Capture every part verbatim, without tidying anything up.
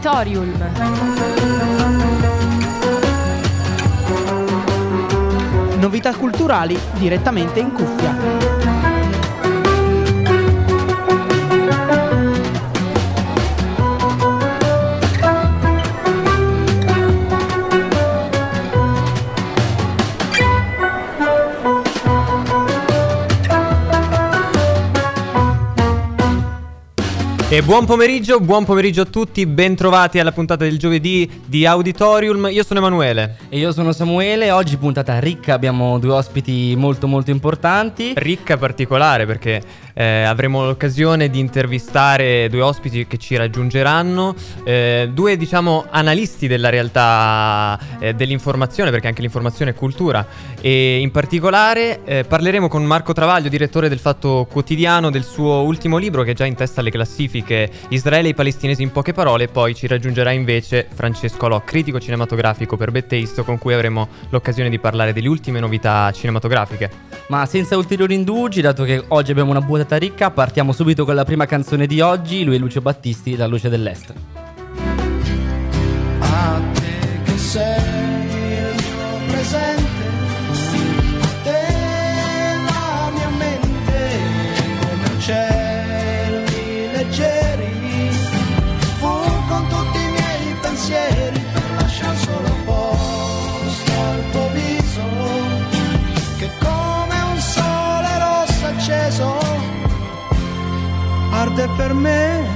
Auditorium. Novità culturali direttamente in cuffia. E buon pomeriggio, buon pomeriggio a tutti, ben trovati alla puntata del giovedì di Auditorium. Io sono Emanuele. E io sono Samuele. Oggi puntata ricca, abbiamo due ospiti molto molto importanti. Ricca particolare perché eh, avremo l'occasione di intervistare due ospiti che ci raggiungeranno, eh, due diciamo analisti della realtà eh, dell'informazione, perché anche l'informazione è cultura. E in particolare eh, parleremo con Marco Travaglio, direttore del Fatto Quotidiano, del suo ultimo libro che è già in testa alle classifiche, Israele e i palestinesi in poche parole. Poi ci raggiungerà invece Francesco Alò, critico cinematografico per Bad Taste, con cui avremo l'occasione di parlare delle ultime novità cinematografiche. Ma senza ulteriori indugi, dato che oggi abbiamo una puntata ricca, partiamo subito con la prima canzone di oggi. Lui è Lucio Battisti, La luce dell'est. A te che sei il mio presente, a te la mia mente come un cielo leggeri, fu con tutti i miei pensieri per lasciar solo posto al tuo viso, che come un sole rosso acceso arde per me.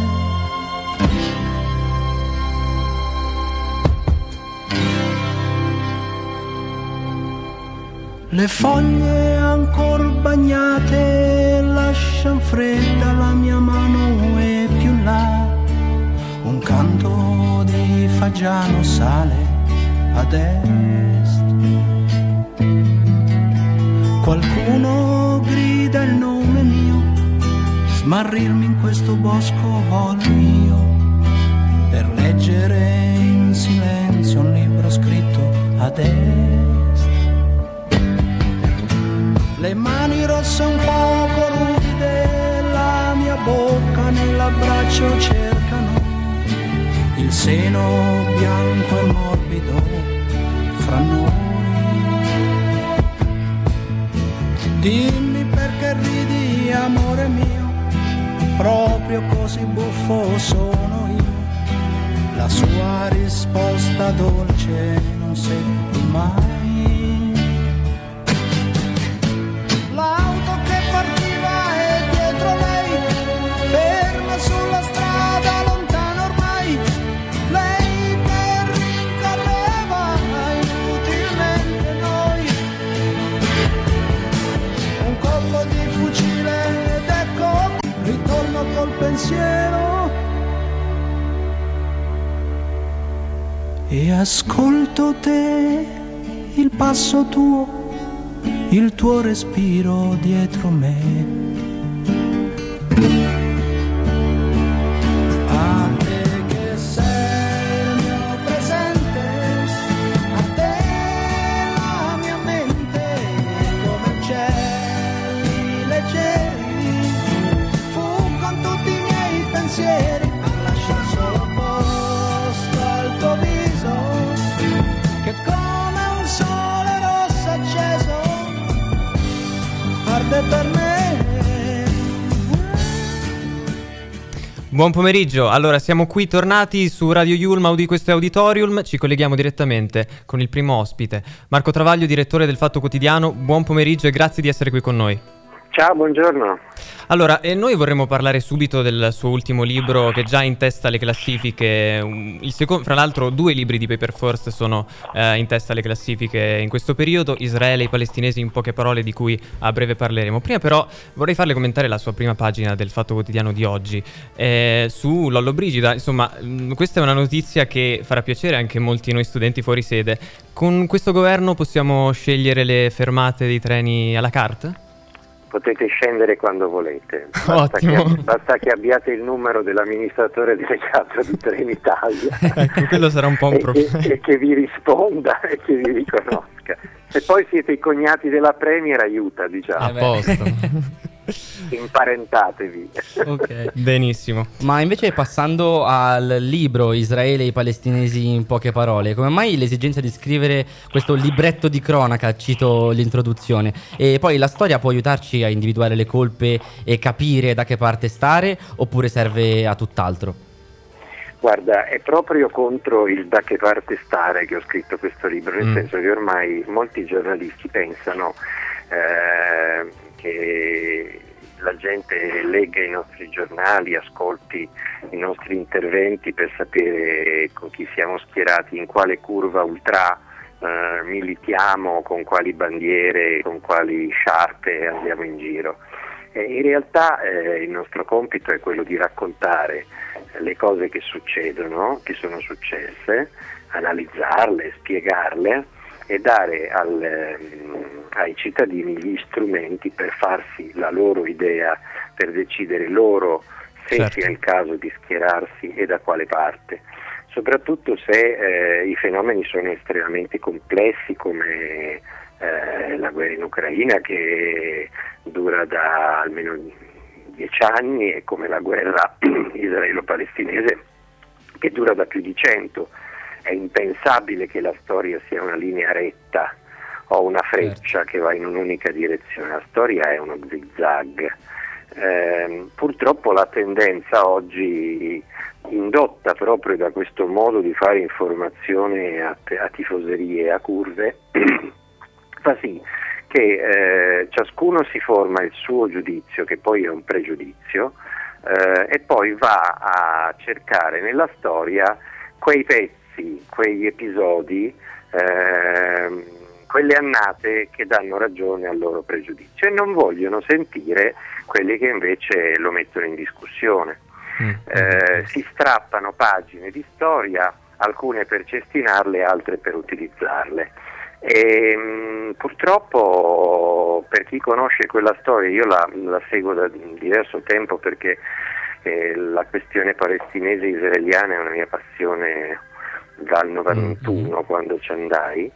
Le foglie ancor bagnate lascian fredda la mia mano e più in là un canto di fagiano sale ad est. Qualcuno grida il nome mio, smarrirmi in questo bosco voglio io, per leggere in silenzio un libro scritto ad est. Le mani rosse un poco ruvide, la mia bocca nell'abbraccio cercano il seno bianco e morbido fra noi. Dimmi perché ridi, amore mio, proprio così buffo sono io. La sua risposta dolce non seppi mai. Sulla strada lontana ormai, lei che rincorreva inutilmente noi. Un colpo di fucile ed ecco ritorno col pensiero e ascolto te, il passo tuo, il tuo respiro dietro me. Per me. Buon pomeriggio, allora siamo qui tornati su Radio Yulm, Audi, questo è Auditorium, ci colleghiamo direttamente con il primo ospite, Marco Travaglio, direttore del Fatto Quotidiano. Buon pomeriggio e grazie di essere qui con noi. Ciao, buongiorno. Allora, eh, noi vorremmo parlare subito del suo ultimo libro che è già in testa alle classifiche. Il secondo, fra l'altro, due libri di Paper First sono eh, in testa alle classifiche in questo periodo, Israele e i palestinesi in poche parole, di cui a breve parleremo. Prima però vorrei farle commentare la sua prima pagina del Fatto Quotidiano di oggi, eh, su Lollobrigida. Insomma, mh, questa è una notizia che farà piacere anche a molti noi studenti fuori sede. Con questo governo possiamo scegliere le fermate dei treni à la carte? Potete scendere quando volete, basta, Ottimo. Che, basta che abbiate il numero dell'amministratore delegato di Trenitalia. Ecco, quello sarà un po' un e, problema. che, e che vi risponda e che vi dica no. tedesca. Se poi siete i cognati della Premier aiuta, diciamo. A posto. Imparentatevi. Ok. Benissimo. Ma invece passando al libro Israele e i palestinesi in poche parole, come mai l'esigenza di scrivere questo libretto di cronaca, cito l'introduzione, e poi la storia può aiutarci a individuare le colpe e capire da che parte stare, oppure serve a tutt'altro? Guarda, è proprio contro il da che parte stare che ho scritto questo libro, nel Mm. senso che ormai molti giornalisti pensano eh, che la gente legga i nostri giornali, ascolti i nostri interventi per sapere con chi siamo schierati, in quale curva ultra eh, militiamo, con quali bandiere, con quali sciarpe andiamo in giro. Eh, in realtà eh, il nostro compito è quello di raccontare le cose che succedono, che sono successe, analizzarle, spiegarle e dare al, ehm, ai cittadini gli strumenti per farsi la loro idea, per decidere loro se Certo. sia il caso di schierarsi e da quale parte, soprattutto se eh, i fenomeni sono estremamente complessi come eh, la guerra in Ucraina, che dura da almeno dieci anni, e come la guerra israelo-palestinese, che dura da più di cento. È impensabile che la storia sia una linea retta o una freccia che va in un'unica direzione, la storia è uno zigzag. Eh, purtroppo la tendenza oggi, indotta proprio da questo modo di fare informazione a, a tifoserie e a curve, fa sì che eh, ciascuno si forma il suo giudizio, che poi è un pregiudizio, eh, e poi va a cercare nella storia quei pezzi, quegli episodi, eh, quelle annate che danno ragione al loro pregiudizio, e non vogliono sentire quelli che invece lo mettono in discussione. Mm. Eh, si strappano pagine di storia, alcune per cestinarle, altre per utilizzarle. E, mh, purtroppo, per chi conosce quella storia, io la, la seguo da diverso tempo, perché eh, la questione palestinese israeliana è una mia passione dal novantuno, mm-hmm. quando ci andai,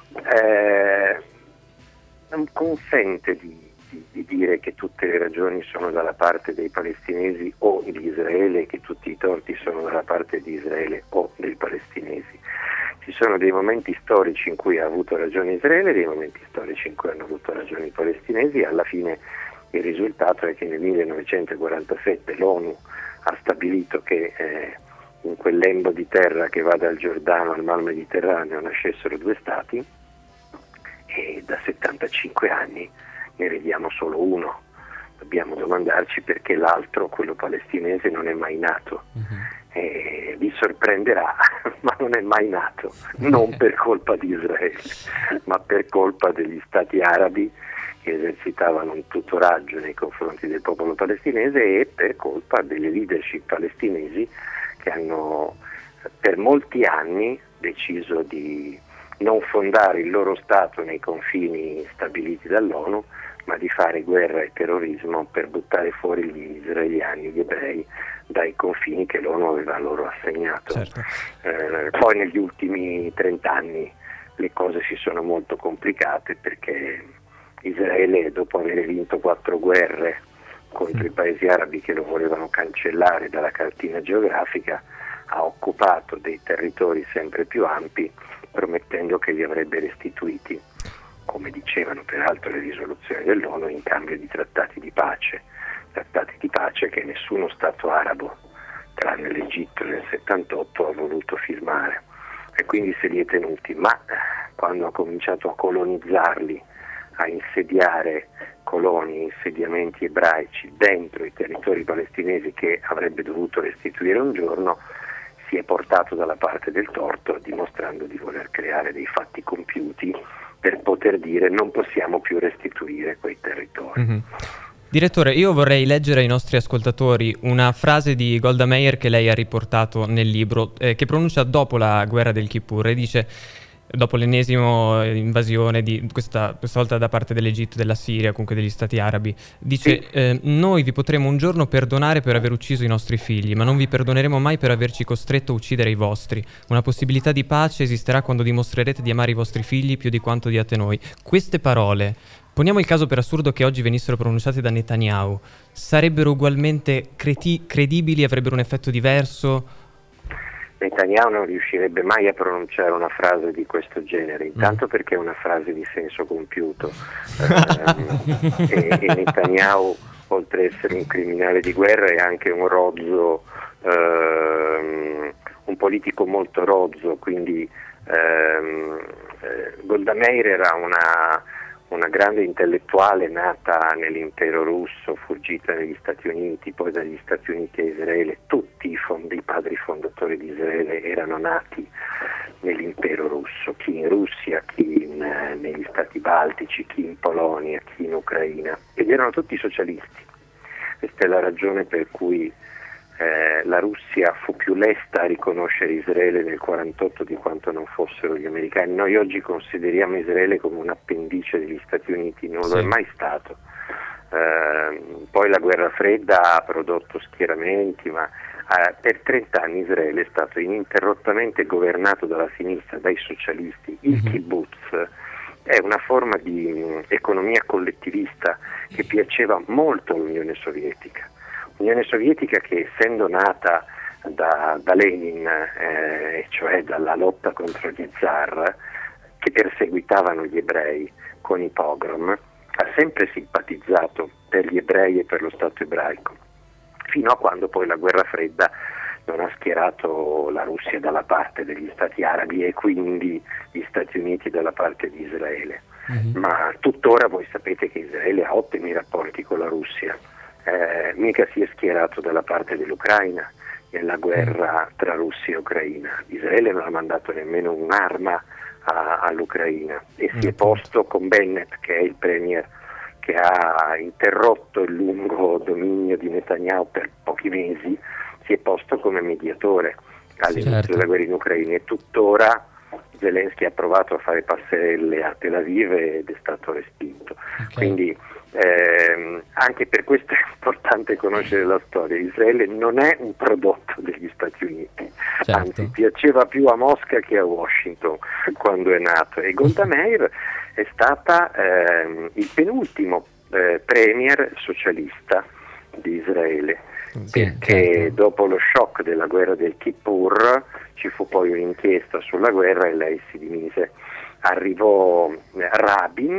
eh, non consente di, di, di dire che tutte le ragioni sono dalla parte dei palestinesi o di Israele, che tutti i torti sono dalla parte di Israele o dei palestinesi. Ci sono dei momenti storici in cui ha avuto ragione Israele, dei momenti storici in cui hanno avuto ragione i palestinesi, e alla fine il risultato è che nel millenovecentoquarantasette l'ONU ha stabilito che eh, in quel lembo di terra che va dal Giordano al Mar Mediterraneo nascessero due stati, e da settantacinque anni ne vediamo solo uno. Dobbiamo domandarci perché l'altro, quello palestinese, non è mai nato. Uh-huh. E vi sorprenderà, ma non è mai nato, non per colpa di Israele, ma per colpa degli stati arabi che esercitavano un tutoraggio nei confronti del popolo palestinese, e per colpa delle leadership palestinesi che hanno per molti anni deciso di non fondare il loro Stato nei confini stabiliti dall'ONU, ma di fare guerra e terrorismo per buttare fuori gli israeliani, gli ebrei, dai confini che l'ONU aveva loro assegnato. Certo. Eh, poi negli ultimi trent'anni le cose si sono molto complicate, perché Israele, dopo aver vinto quattro guerre contro sì. i paesi arabi che lo volevano cancellare dalla cartina geografica, ha occupato dei territori sempre più ampi, promettendo che li avrebbe restituiti, come dicevano peraltro le risoluzioni dell'ONU, in cambio di trattati di pace, trattati di pace che nessuno Stato arabo, tranne l'Egitto nel settantotto, ha voluto firmare, e quindi se li è tenuti. Ma quando ha cominciato a colonizzarli, a insediare colonie, insediamenti ebraici dentro i territori palestinesi che avrebbe dovuto restituire un giorno, si è portato dalla parte del torto, dimostrando di voler creare dei fatti compiuti per poter dire non possiamo più restituire quei territori. Mm-hmm. Direttore, io vorrei leggere ai nostri ascoltatori una frase di Golda Meir che lei ha riportato nel libro, eh, che pronuncia dopo la guerra del Kippur, e dice: dopo l'ennesimo invasione di questa, questa volta da parte dell'Egitto, della Siria, comunque degli stati arabi. Dice, Sì. eh, noi vi potremo un giorno perdonare per aver ucciso i nostri figli, ma non vi perdoneremo mai per averci costretto a uccidere i vostri. Una possibilità di pace esisterà quando dimostrerete di amare i vostri figli più di quanto diate noi. Queste parole, poniamo il caso per assurdo che oggi venissero pronunciate da Netanyahu, sarebbero ugualmente creti- credibili, avrebbero un effetto diverso? Netanyahu non riuscirebbe mai a pronunciare una frase di questo genere, intanto mm. perché è una frase di senso compiuto ehm, e, e Netanyahu, oltre ad essere un criminale di guerra, è anche un rozzo, ehm, un politico molto rozzo, quindi ehm, eh, Golda Meir era una una grande intellettuale nata nell'impero russo, fuggita negli Stati Uniti, poi dagli Stati Uniti a Israele. Tutti i, fondi, i padri fondatori di Israele erano nati nell'impero russo, chi in Russia, chi in, eh, negli Stati Baltici, chi in Polonia, chi in Ucraina, ed erano tutti socialisti. Questa è la ragione per cui Eh, la Russia fu più lesta a riconoscere Israele nel quarantotto di quanto non fossero gli americani. Noi oggi consideriamo Israele come un appendice degli Stati Uniti, non sì. lo è mai stato. Eh, poi la guerra fredda ha prodotto schieramenti, ma eh, per trenta anni Israele è stato ininterrottamente governato dalla sinistra, dai socialisti. Il mm-hmm. kibbutz è una forma di mh, economia collettivista che piaceva molto all'Unione Sovietica. L'Unione Sovietica, che essendo nata da, da Lenin, eh, cioè dalla lotta contro gli zar che perseguitavano gli ebrei con i pogrom, ha sempre simpatizzato per gli ebrei e per lo Stato ebraico, fino a quando poi la guerra fredda non ha schierato la Russia dalla parte degli Stati arabi e quindi gli Stati Uniti dalla parte di Israele. Mm-hmm. Ma tuttora voi sapete che Israele ha ottimi rapporti con la Russia. Eh, mica si è schierato dalla parte dell'Ucraina nella guerra tra Russia e Ucraina. Israele non ha mandato nemmeno un'arma a, all'Ucraina e si è posto con Bennett, che è il premier che ha interrotto il lungo dominio di Netanyahu per pochi mesi, si è posto come mediatore all'inizio certo. della guerra in Ucraina, e tuttora Zelensky ha provato a fare passerelle a Tel Aviv ed è stato respinto. Okay. Quindi ehm, anche per questo è importante conoscere la storia. Israele non è un prodotto degli Stati Uniti, certo. anzi piaceva più a Mosca che a Washington quando è nato, e Golda Meir è stata ehm, il penultimo eh, premier socialista di Israele. Sì, perché certo. dopo lo shock della guerra del Kippur ci fu poi un'inchiesta sulla guerra e lei si dimise. Arrivò Rabin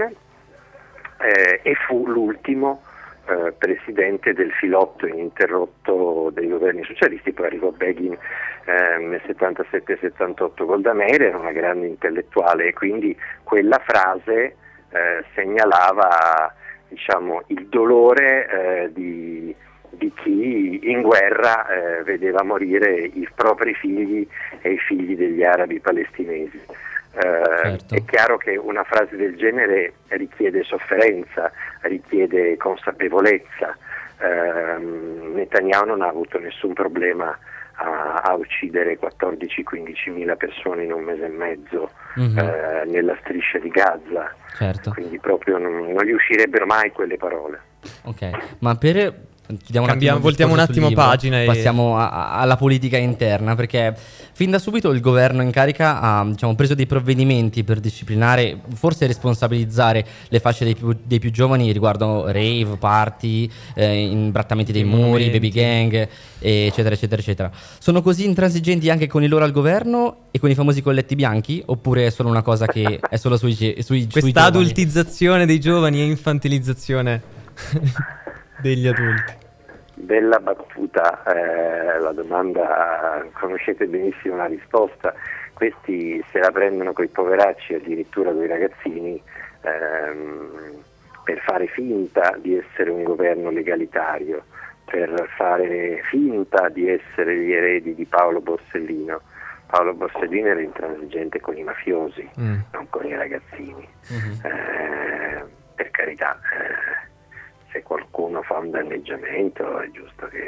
eh, e fu l'ultimo eh, presidente del filotto ininterrotto dei governi socialisti. Poi arrivò Begin eh, nel settantasette settantotto. Golda Meir era una grande intellettuale e quindi quella frase eh, segnalava, diciamo, il dolore eh, di di chi in guerra eh, vedeva morire i propri figli e i figli degli arabi palestinesi. Eh, certo. È chiaro che una frase del genere richiede sofferenza, richiede consapevolezza. Eh, Netanyahu non ha avuto nessun problema a, a uccidere quattordici quindici mila persone in un mese e mezzo mm-hmm. eh, nella striscia di Gaza. Certo. Quindi proprio non, non gli uscirebbero mai quelle parole. Ok, ma per... Chiudiamo Cambiamo, un voltiamo un attimo libro, pagina e passiamo a, a, alla politica interna, perché fin da subito il governo in carica ha, diciamo, preso dei provvedimenti per disciplinare, forse responsabilizzare le fasce dei più, dei più giovani riguardo rave, party, eh, imbrattamenti dei muri, momenti. baby gang, eccetera eccetera eccetera. Sono così intransigenti anche con il loro al governo e con i famosi colletti bianchi, oppure è solo una cosa che è solo sui, sui, questa sui giovani? Adultizzazione dei giovani e infantilizzazione degli adulti. Bella battuta, eh, la domanda, conoscete benissimo la risposta. Questi se la prendono coi poveracci, addirittura coi ragazzini, ehm, per fare finta di essere un governo legalitario, per fare finta di essere gli eredi di Paolo Borsellino. Paolo Borsellino era intransigente con i mafiosi, mm. non con i ragazzini. Mm-hmm. Eh, per carità, eh, se qualcuno fa un danneggiamento è giusto che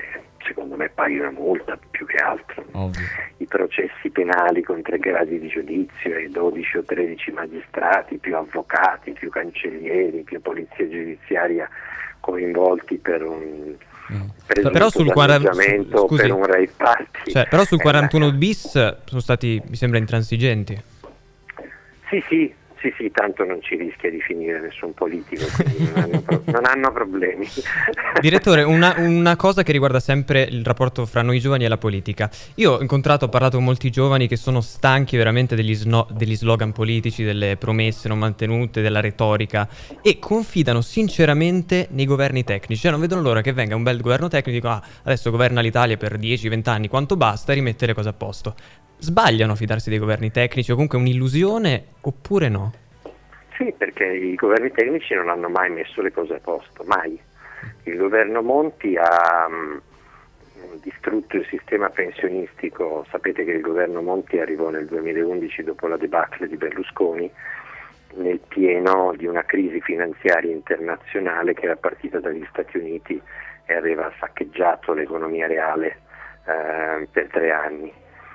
secondo me paghi una multa più che altro. Ovvio. I processi penali con tre gradi di giudizio e dodici o tredici magistrati, più avvocati, più cancellieri, più polizia giudiziaria coinvolti per un mm. però sul quaranta su, per un rave party. Cioè, però sul quarantuno bis sono stati, mi sembra, intransigenti. Sì, sì, sì, sì, tanto non ci rischia di finire nessun politico, quindi non hanno, pro- non hanno problemi. Direttore, una, una cosa che riguarda sempre il rapporto fra noi giovani e la politica. Io ho incontrato, ho parlato con molti giovani che sono stanchi veramente degli, sno- degli slogan politici, delle promesse non mantenute, della retorica, e confidano sinceramente nei governi tecnici. Cioè non vedono l'ora che venga un bel governo tecnico e dicono ah, adesso governa l'Italia per dieci venti anni, quanto basta, e rimettere cose a posto. Sbagliano a fidarsi dei governi tecnici, o comunque è un'illusione, oppure no? Sì, perché i governi tecnici non hanno mai messo le cose a posto, mai. Il governo Monti ha mh, distrutto il sistema pensionistico. Sapete che il governo Monti arrivò nel duemilaundici dopo la debacle di Berlusconi, nel pieno di una crisi finanziaria internazionale che era partita dagli Stati Uniti e aveva saccheggiato l'economia reale eh, per tre anni.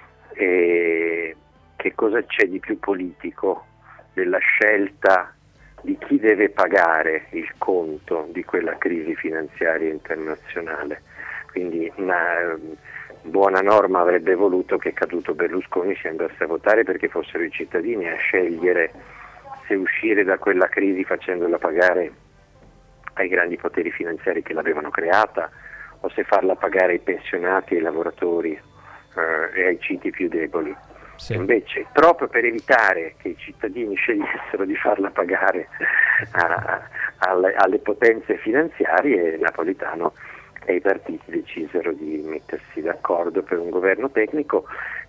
E che cosa c'è di più politico della scelta di chi deve pagare il conto di quella crisi finanziaria internazionale? Quindi una buona norma avrebbe voluto che, caduto Berlusconi, si andasse a votare perché fossero i cittadini a scegliere se uscire da quella crisi facendola pagare ai grandi poteri finanziari che l'avevano creata, o se farla pagare ai pensionati e ai lavoratori Uh, e ai ceti più deboli. Sì. Invece, proprio per evitare che i cittadini scegliessero di farla pagare a, a, alle, alle potenze finanziarie, Napolitano e i partiti decisero di mettersi d'accordo per un governo tecnico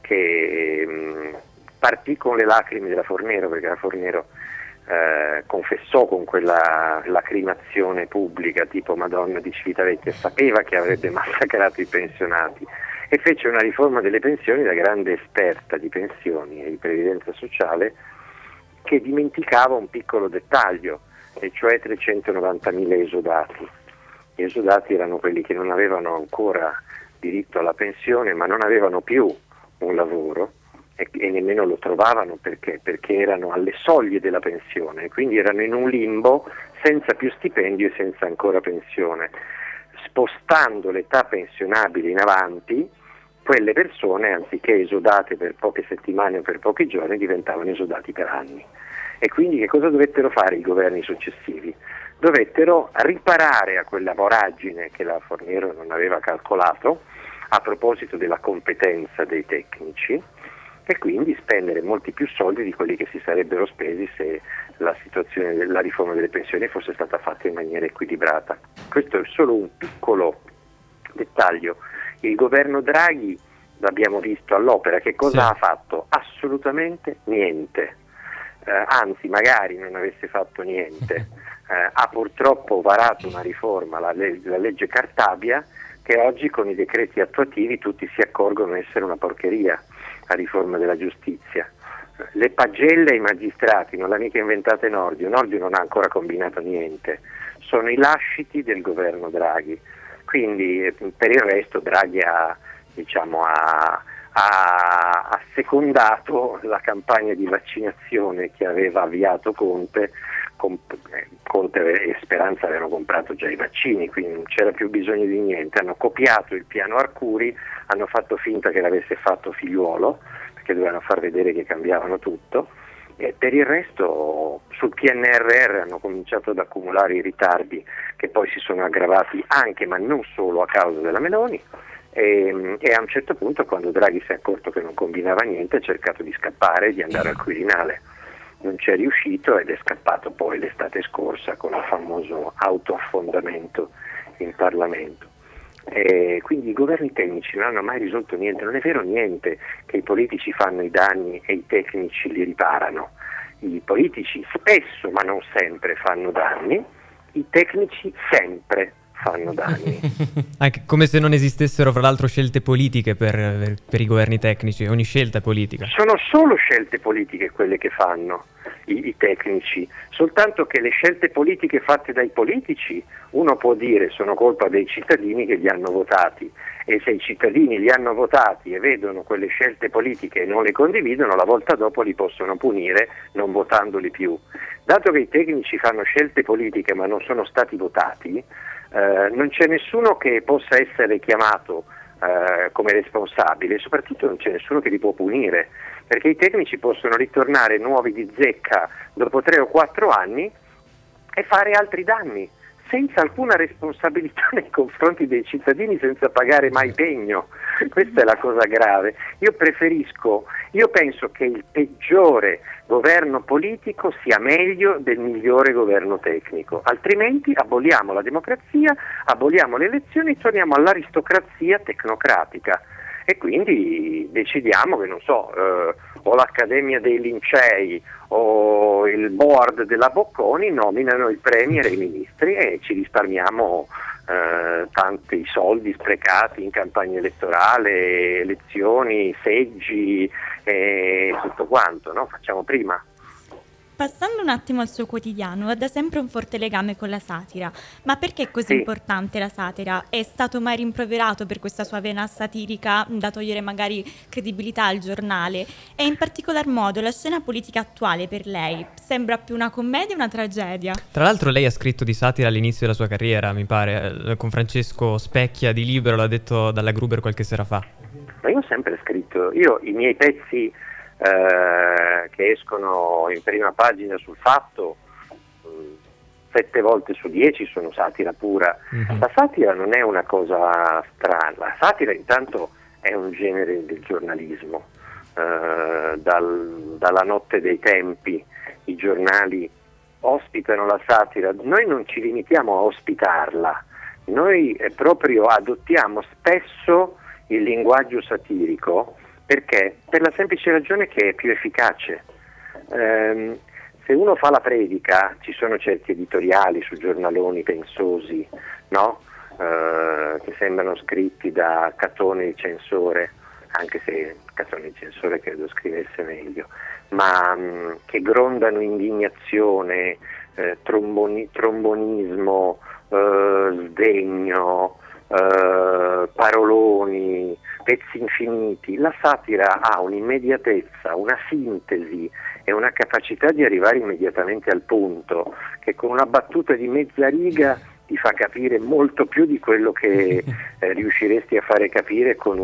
che mh, partì con le lacrime della Fornero, perché la Fornero eh, confessò con quella lacrimazione pubblica tipo Madonna di Civitavecchia, sapeva che avrebbe massacrato i pensionati, e fece una riforma delle pensioni da grande esperta di pensioni e di previdenza sociale, che dimenticava un piccolo dettaglio, e cioè trecentonovantamila esodati. Gli esodati erano quelli che non avevano ancora diritto alla pensione, ma non avevano più un lavoro e, e nemmeno lo trovavano perché? Perché erano alle soglie della pensione, quindi erano in un limbo senza più stipendio e senza ancora pensione. Spostando l'età pensionabile in avanti, quelle persone, anziché esodate per poche settimane o per pochi giorni, diventavano esodati per anni. E quindi che cosa dovettero fare i governi successivi? Dovettero riparare a quella voragine che la Fornero non aveva calcolato a proposito della competenza dei tecnici, e quindi spendere molti più soldi di quelli che si sarebbero spesi se la situazione della riforma delle pensioni fosse stata fatta in maniera equilibrata. Questo è solo un piccolo dettaglio. Il governo Draghi, l'abbiamo visto all'opera, che cosa sì. ha fatto? Assolutamente niente, eh, anzi magari non avesse fatto niente, eh, ha purtroppo varato una riforma, la, le- la legge Cartabia, che oggi con i decreti attuativi tutti si accorgono essere una porcheria, la riforma della giustizia. Le pagelle ai magistrati non l'ha mica inventata Nordio, Nordio non ha ancora combinato niente, sono i lasciti del governo Draghi. Quindi per il resto Draghi ha, diciamo, ha, ha, ha secondato la campagna di vaccinazione che aveva avviato Conte. Conte e Speranza avevano comprato già i vaccini, quindi non c'era più bisogno di niente. Hanno copiato il piano Arcuri, hanno fatto finta che l'avesse fatto Figliuolo, perché dovevano far vedere che cambiavano tutto. E per il resto sul P N R R hanno cominciato ad accumulare i ritardi che poi si sono aggravati anche, ma non solo, a causa della Meloni, e, e a un certo punto, quando Draghi si è accorto che non combinava niente, ha cercato di scappare, di andare al Quirinale. Non ci è riuscito ed è scappato poi l'estate scorsa con il famoso autoaffondamento in Parlamento. E quindi i governi tecnici non hanno mai risolto niente. Non è vero niente che i politici fanno i danni e i tecnici li riparano. I politici spesso, ma non sempre, fanno danni, i tecnici sempre fanno danni. Anche come se non esistessero fra l'altro scelte politiche per, per i governi tecnici, ogni scelta è politica. Sono solo scelte politiche quelle che fanno i, i tecnici, soltanto che le scelte politiche fatte dai politici, uno può dire sono colpa dei cittadini che li hanno votati, e se i cittadini li hanno votati e vedono quelle scelte politiche e non le condividono, la volta dopo li possono punire non votandoli più. Dato che i tecnici fanno scelte politiche ma non sono stati votati, eh, non c'è nessuno che possa essere chiamato eh, come responsabile, e soprattutto non c'è nessuno che li può punire, perché i tecnici possono ritornare nuovi di zecca dopo tre o quattro anni e fare altri danni, senza alcuna responsabilità nei confronti dei cittadini, senza pagare mai pegno. Questa è la cosa grave. Io preferisco, io penso che il peggiore governo politico sia meglio del migliore governo tecnico, altrimenti aboliamo la democrazia, aboliamo le elezioni e torniamo all'aristocrazia tecnocratica. E quindi decidiamo che, non so, eh, o l'Accademia dei Lincei o il board della Bocconi nominano il premier e i ministri e ci risparmiamo eh, tanti soldi sprecati in campagna elettorale, elezioni, seggi e tutto quanto, no? Facciamo prima. Passando un attimo al suo quotidiano, ha da sempre un forte legame con la satira, ma perché è così Sì. importante la satira? È stato mai rimproverato per questa sua vena satirica da togliere magari credibilità al giornale? E in particolar modo la scena politica attuale per lei sembra più una commedia o una tragedia? Tra l'altro lei ha scritto di satira all'inizio della sua carriera, mi pare, eh, con Francesco Specchia di Libero, l'ha detto dalla Gruber qualche sera fa. Ma io ho sempre scritto, io i miei pezzi Eh, che escono in prima pagina sul Fatto, mh, sette volte su dieci sono satira pura. Mm-hmm. La satira non è una cosa strana, la satira intanto è un genere del giornalismo, eh, dal, dalla notte dei tempi i giornali ospitano la satira, noi non ci limitiamo a ospitarla, noi eh, proprio adottiamo spesso il linguaggio satirico. Perché? Per la semplice ragione che è più efficace. Ehm, se uno fa la predica, ci sono certi editoriali su giornaloni pensosi, no? Eh, che sembrano scritti da Catone il censore, anche se Catone il censore credo scrivesse meglio, ma mh, che grondano indignazione, eh, tromboni, trombonismo, eh, sdegno, eh, paroloni, pezzi infiniti. La satira ha un'immediatezza, una sintesi e una capacità di arrivare immediatamente al punto, che con una battuta di mezza riga ti fa capire molto più di quello che eh, riusciresti a fare capire con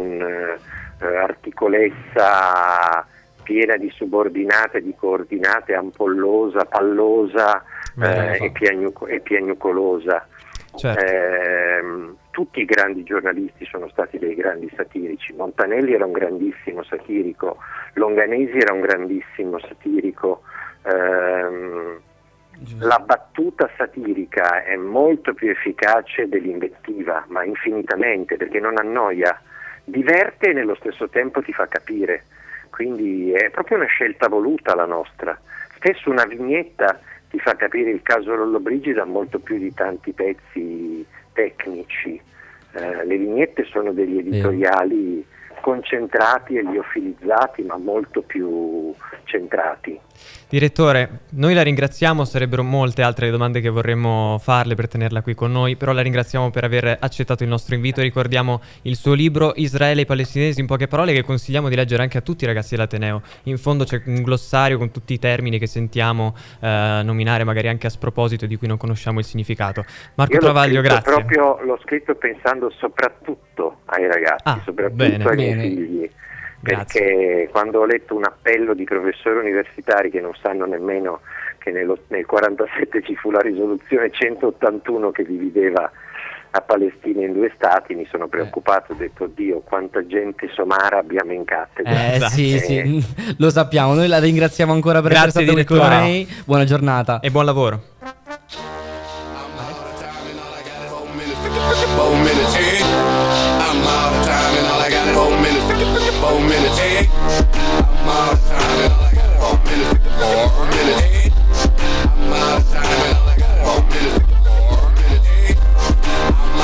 un'articolezza eh, piena di subordinate, di coordinate, ampollosa, pallosa eh, e, piagnuco- e piagnucolosa. Certo. Eh, tutti i grandi giornalisti sono stati dei grandi satirici. Montanelli era un grandissimo satirico, Longanesi era un grandissimo satirico. ehm, la battuta satirica è molto più efficace dell'invettiva, ma infinitamente, perché non annoia, diverte e nello stesso tempo ti fa capire, quindi è proprio una scelta voluta la nostra. Spesso una vignetta ti fa capire il caso Lollobrigida molto più di tanti pezzi tecnici. Eh, le vignette sono degli editoriali concentrati e liofilizzati, ma molto più centrati. Direttore, noi la ringraziamo, sarebbero molte altre domande che vorremmo farle per tenerla qui con noi, però la ringraziamo per aver accettato il nostro invito. Ricordiamo il suo libro Israele e i palestinesi in poche parole, che consigliamo di leggere anche a tutti i ragazzi dell'Ateneo. In fondo c'è un glossario con tutti i termini che sentiamo eh, nominare magari anche a sproposito di cui non conosciamo il significato. Marco Io Travaglio, l'ho scritto grazie. Proprio, l'ho scritto pensando soprattutto ai ragazzi, Ah, soprattutto bene, ai bene. miei figli. Grazie. Perché quando ho letto un appello di professori universitari che non sanno nemmeno che nello, nel quarantasette ci fu la risoluzione centottantuno che divideva a Palestina in due stati, mi sono preoccupato, ho detto oddio quanta gente somara abbiamo in cattedra. Eh Esatto. sì, Eh, sì, lo sappiamo. Noi la ringraziamo ancora per Grazie, essere stato qui con direttore. noi. Buona giornata. E buon lavoro. Four minutes, eh? I'm out of time and all I got is four minutes. Four minutes, eh? I'm out of time and all I got is four minutes. Four minutes, eh? I'm out of time and all I got is four minutes. Four minutes, eh? I'm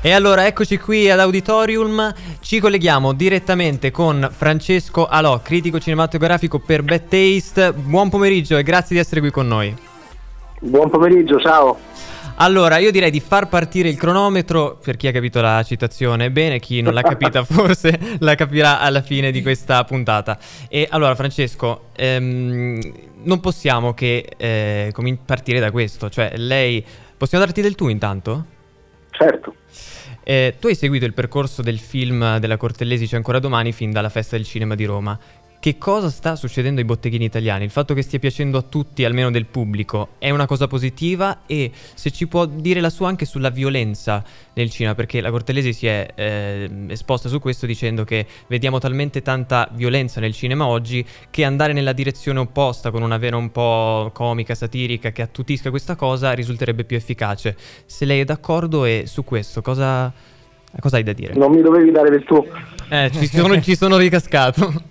E allora eccoci qui ad Auditorium, ci colleghiamo direttamente con Francesco Alò, critico cinematografico per Bad Taste. Buon pomeriggio e grazie di essere qui con noi. Buon pomeriggio, ciao. Allora, io direi di far partire il cronometro per chi ha capito la citazione bene, chi non l'ha capita forse la capirà alla fine di questa puntata. E allora Francesco, ehm, non possiamo che eh, comin- partire da questo, cioè lei... Possiamo darti del tu intanto? Certo. Eh, tu hai seguito il percorso del film della Cortellesi C'è ancora domani fin dalla Festa del Cinema di Roma. Che cosa sta succedendo ai botteghini italiani? Il fatto che stia piacendo a tutti, almeno del pubblico, è una cosa positiva? E se ci può dire la sua anche sulla violenza nel cinema, perché la Cortellesi si è eh, esposta su questo dicendo che vediamo talmente tanta violenza nel cinema oggi che andare nella direzione opposta con una vena un po' comica, satirica, che attutisca questa cosa risulterebbe più efficace. Se lei è d'accordo, e su questo cosa, cosa hai da dire? Non mi dovevi dare del tuo. Eh, ci sono, ci sono ricascato.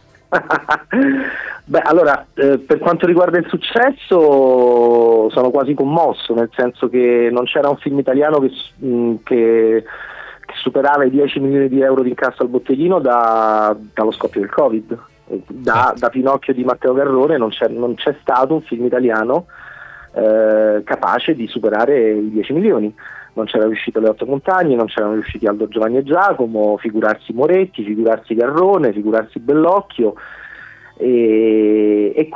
Beh, allora, eh, per quanto riguarda il successo sono quasi commosso, nel senso che non c'era un film italiano che, mh, che, che superava i dieci milioni di euro di incasso al botteghino da, dallo scoppio del Covid. Da, da Pinocchio di Matteo Garrone non c'è, non c'è stato un film italiano eh, capace di superare i dieci milioni. Non c'era riuscito Le Otto Montagne, non c'erano riusciti Aldo, Giovanni e Giacomo, figurarsi Moretti, figurarsi Garrone, figurarsi Bellocchio, e, e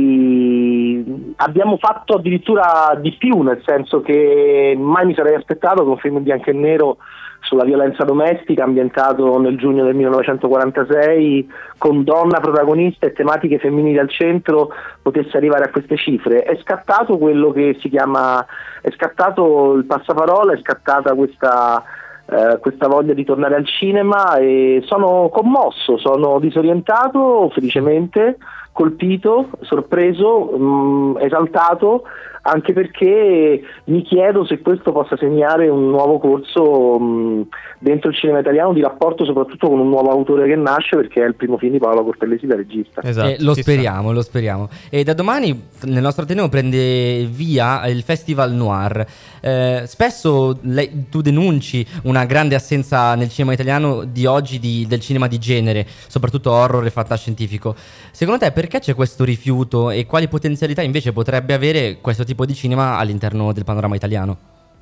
quindi abbiamo fatto addirittura di più, nel senso che mai mi sarei aspettato che un film in bianco e nero sulla violenza domestica ambientato nel giugno del millenovecentoquarantasei, con donna protagonista e tematiche femminili al centro, potesse arrivare a queste cifre. È scattato quello che si chiama, è scattato il passaparola, è scattata questa, eh, questa voglia di tornare al cinema, e sono commosso, sono disorientato, felicemente, colpito, sorpreso, mh, esaltato, anche perché mi chiedo se questo possa segnare un nuovo corso mh, dentro il cinema italiano, di rapporto soprattutto con un nuovo autore che nasce, perché è il primo film di Paolo Cortellesi da regista. Esatto, eh, lo speriamo, sta. lo speriamo. E da domani nel nostro Ateneo prende via il Festival Noir. Eh, spesso lei, tu denunci una grande assenza nel cinema italiano di oggi di, del cinema di genere, soprattutto horror e fantascientifico. Secondo te perché c'è questo rifiuto, e quali potenzialità invece potrebbe avere questo tipo di cinema all'interno del panorama italiano?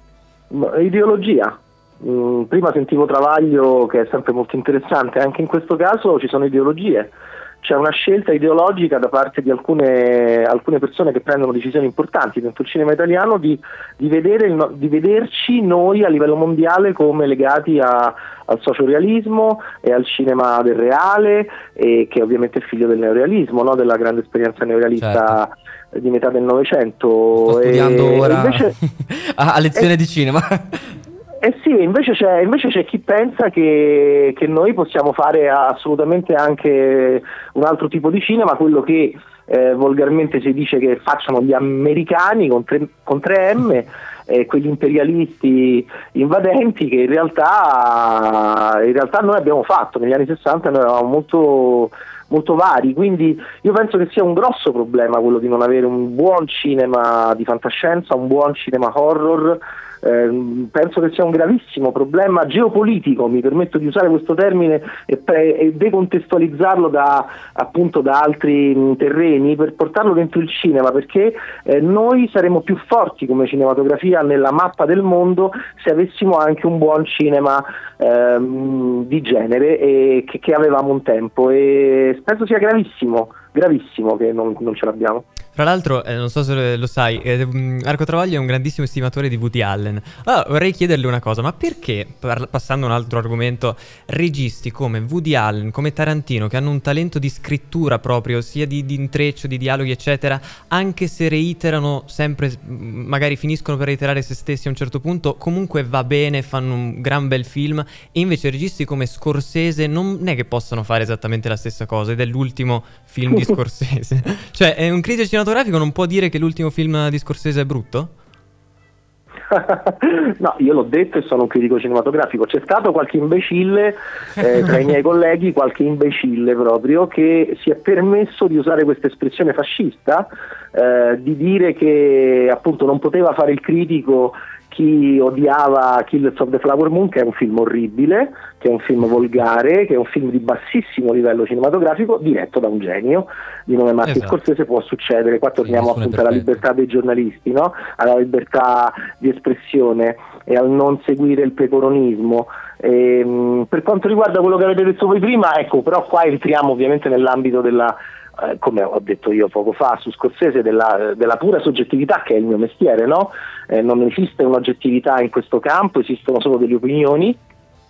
Ideologia. Mm, prima sentivo Travaglio, che è sempre molto interessante, anche in questo caso ci sono ideologie. C'è una scelta ideologica da parte di alcune, alcune persone che prendono decisioni importanti dentro il cinema italiano di, di, vedere il, di vederci noi a livello mondiale come legati a, al sociorealismo e al cinema del reale, e che ovviamente è figlio del neorealismo, no? Della grande esperienza neorealista, certo, di metà del Novecento. Sto studiando e, ora invece, a, a lezione e, di cinema. Eh sì, invece c'è, invece c'è chi pensa che, che noi possiamo fare assolutamente anche un altro tipo di cinema, quello che eh, volgarmente si dice che facciano gli americani con tre, con tre M, eh, quegli imperialisti invadenti, che in realtà, in realtà noi abbiamo fatto. Negli anni sessanta noi eravamo molto, molto vari, quindi io penso che sia un grosso problema quello di non avere un buon cinema di fantascienza, un buon cinema horror. Eh, penso che sia un gravissimo problema geopolitico, mi permetto di usare questo termine e, pre- e decontestualizzarlo da, appunto, da altri mh, terreni, per portarlo dentro il cinema, perché eh, noi saremmo più forti come cinematografia nella mappa del mondo se avessimo anche un buon cinema ehm, di genere, e che, che avevamo un tempo, e penso sia gravissimo, gravissimo che non, non ce l'abbiamo. Fra l'altro, eh, non so se lo sai, eh, Marco Travaglio è un grandissimo estimatore di Woody Allen. Allora, vorrei chiederle una cosa, ma perché, par- passando a un altro argomento, registi come Woody Allen, come Tarantino, che hanno un talento di scrittura proprio, sia di, di intreccio, di dialoghi, eccetera, anche se reiterano sempre, magari finiscono per reiterare se stessi a un certo punto, comunque va bene, fanno un gran bel film, e invece registi come Scorsese non è che possano fare esattamente la stessa cosa, ed è l'ultimo film di Scorsese. Cioè, è un critico cinematografico non può dire che l'ultimo film di Scorsese è brutto? No, io l'ho detto e sono un critico cinematografico. C'è stato qualche imbecille eh, tra i miei colleghi, qualche imbecille proprio, che si è permesso di usare questa espressione fascista, eh, di dire che appunto non poteva fare il critico chi odiava Killers of the Flower Moon, che è un film orribile, che è un film volgare, che è un film di bassissimo livello cinematografico, diretto da un genio di nome Martin Esatto. Scorsese. Può succedere, qua torniamo nessuno è appunto alla perfetto. libertà dei giornalisti, no? Alla libertà di espressione e al non seguire il peperonismo. Ehm, per quanto riguarda quello che avete detto voi prima, ecco, però qua entriamo ovviamente nell'ambito della, eh, come ho detto io poco fa su Scorsese, della, della pura soggettività, che è il mio mestiere, no? Eh, non esiste un'oggettività in questo campo, esistono solo delle opinioni.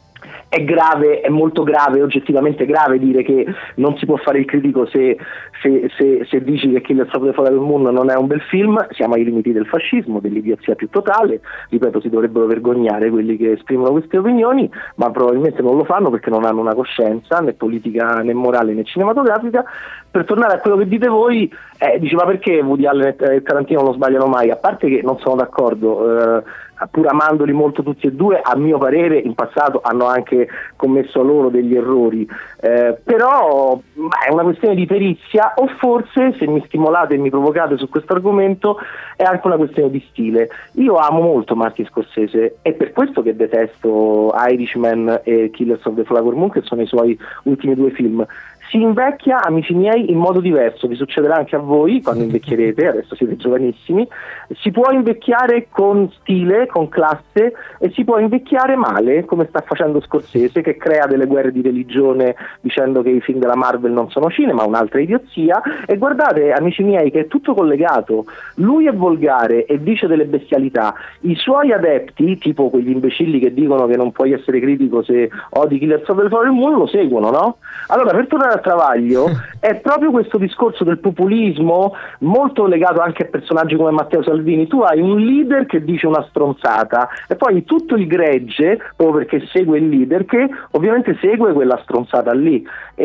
È grave, è molto grave, oggettivamente grave dire che non si può fare il critico se, se, se, se dici che Killers of the Flower Moon non è un bel film. Siamo ai limiti del fascismo, dell'idiozia più totale. Ripeto, si dovrebbero vergognare quelli che esprimono queste opinioni, ma probabilmente non lo fanno perché non hanno una coscienza né politica né morale né cinematografica. Per tornare a quello che dite voi, eh, dice, ma perché Woody Allen e Tarantino non sbagliano mai? A parte che non sono d'accordo, eh, pur amandoli molto tutti e due, a mio parere in passato hanno anche commesso loro degli errori, eh, però ma è una questione di perizia, o forse, se mi stimolate e mi provocate su questo argomento, è anche una questione di stile. Io amo molto Martin Scorsese, è per questo che detesto Irishman e Killers of the Flower Moon, che sono i suoi ultimi due film. Si invecchia, amici miei, in modo diverso, vi succederà anche a voi quando invecchierete, adesso siete giovanissimi. Si può invecchiare con stile, con classe, e si può invecchiare male, come sta facendo Scorsese, che crea delle guerre di religione dicendo che i film della Marvel non sono cinema, un'altra idiozia. E guardate, amici miei, che è tutto collegato. Lui è volgare e dice delle bestialità, i suoi adepti, tipo quegli imbecilli che dicono che non puoi essere critico se odi Killers of the Flower Moon, lo seguono, no? Allora, per tornare al Travaglio, è proprio questo discorso del populismo, molto legato anche a personaggi come Matteo Salvini. Tu hai un leader che dice una stronzata e poi tutto il gregge, proprio perché segue il leader, che ovviamente segue quella stronzata lì.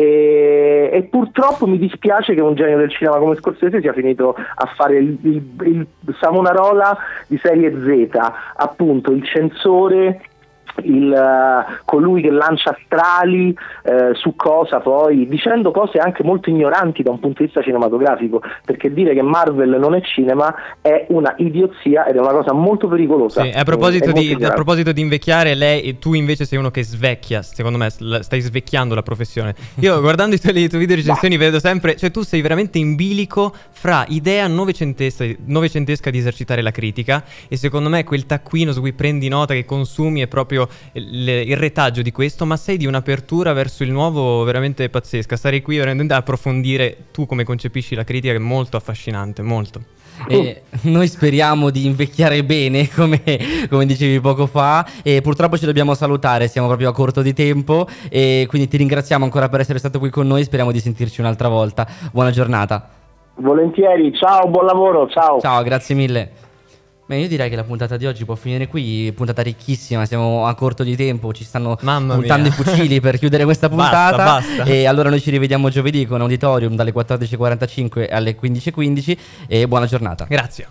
E, e purtroppo mi dispiace che un genio del cinema come Scorsese sia finito a fare il, il, il Savonarola di serie Z, appunto il censore, il, uh, colui che lancia astrali uh, su cosa, poi dicendo cose anche molto ignoranti da un punto di vista cinematografico, perché dire che Marvel non è cinema è una idiozia ed è una cosa molto pericolosa. Sì, a proposito, è, è di, a proposito di invecchiare, lei, tu invece sei uno che svecchia, secondo me stai svecchiando la professione. Io guardando i tuoi, i tuoi video recensioni vedo sempre, cioè tu sei veramente in bilico fra idea novecentesca, novecentesca di esercitare la critica, e secondo me quel taccuino su cui prendi nota, che consumi, è proprio il, il retaggio di questo, ma sei di un'apertura verso il nuovo veramente pazzesca. Stare qui veramente a approfondire tu come concepisci la critica, che è molto affascinante, molto. E noi speriamo di invecchiare bene, come, come dicevi poco fa, e purtroppo ci dobbiamo salutare, siamo proprio a corto di tempo, e quindi ti ringraziamo ancora per essere stato qui con noi, speriamo di sentirci un'altra volta. Buona giornata. Volentieri, ciao, buon lavoro, ciao. Ciao, grazie mille. Beh, io direi che la puntata di oggi può finire qui, puntata ricchissima, siamo a corto di tempo, ci stanno Mamma puntando mia. i fucili per chiudere questa puntata. Basta, basta. E allora noi ci rivediamo giovedì con Auditorium dalle quattordici e quarantacinque alle quindici e quindici, e buona giornata. Grazie.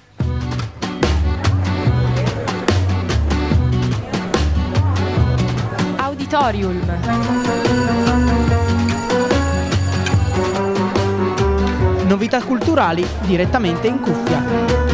Auditorium. Novità culturali direttamente in cuffia.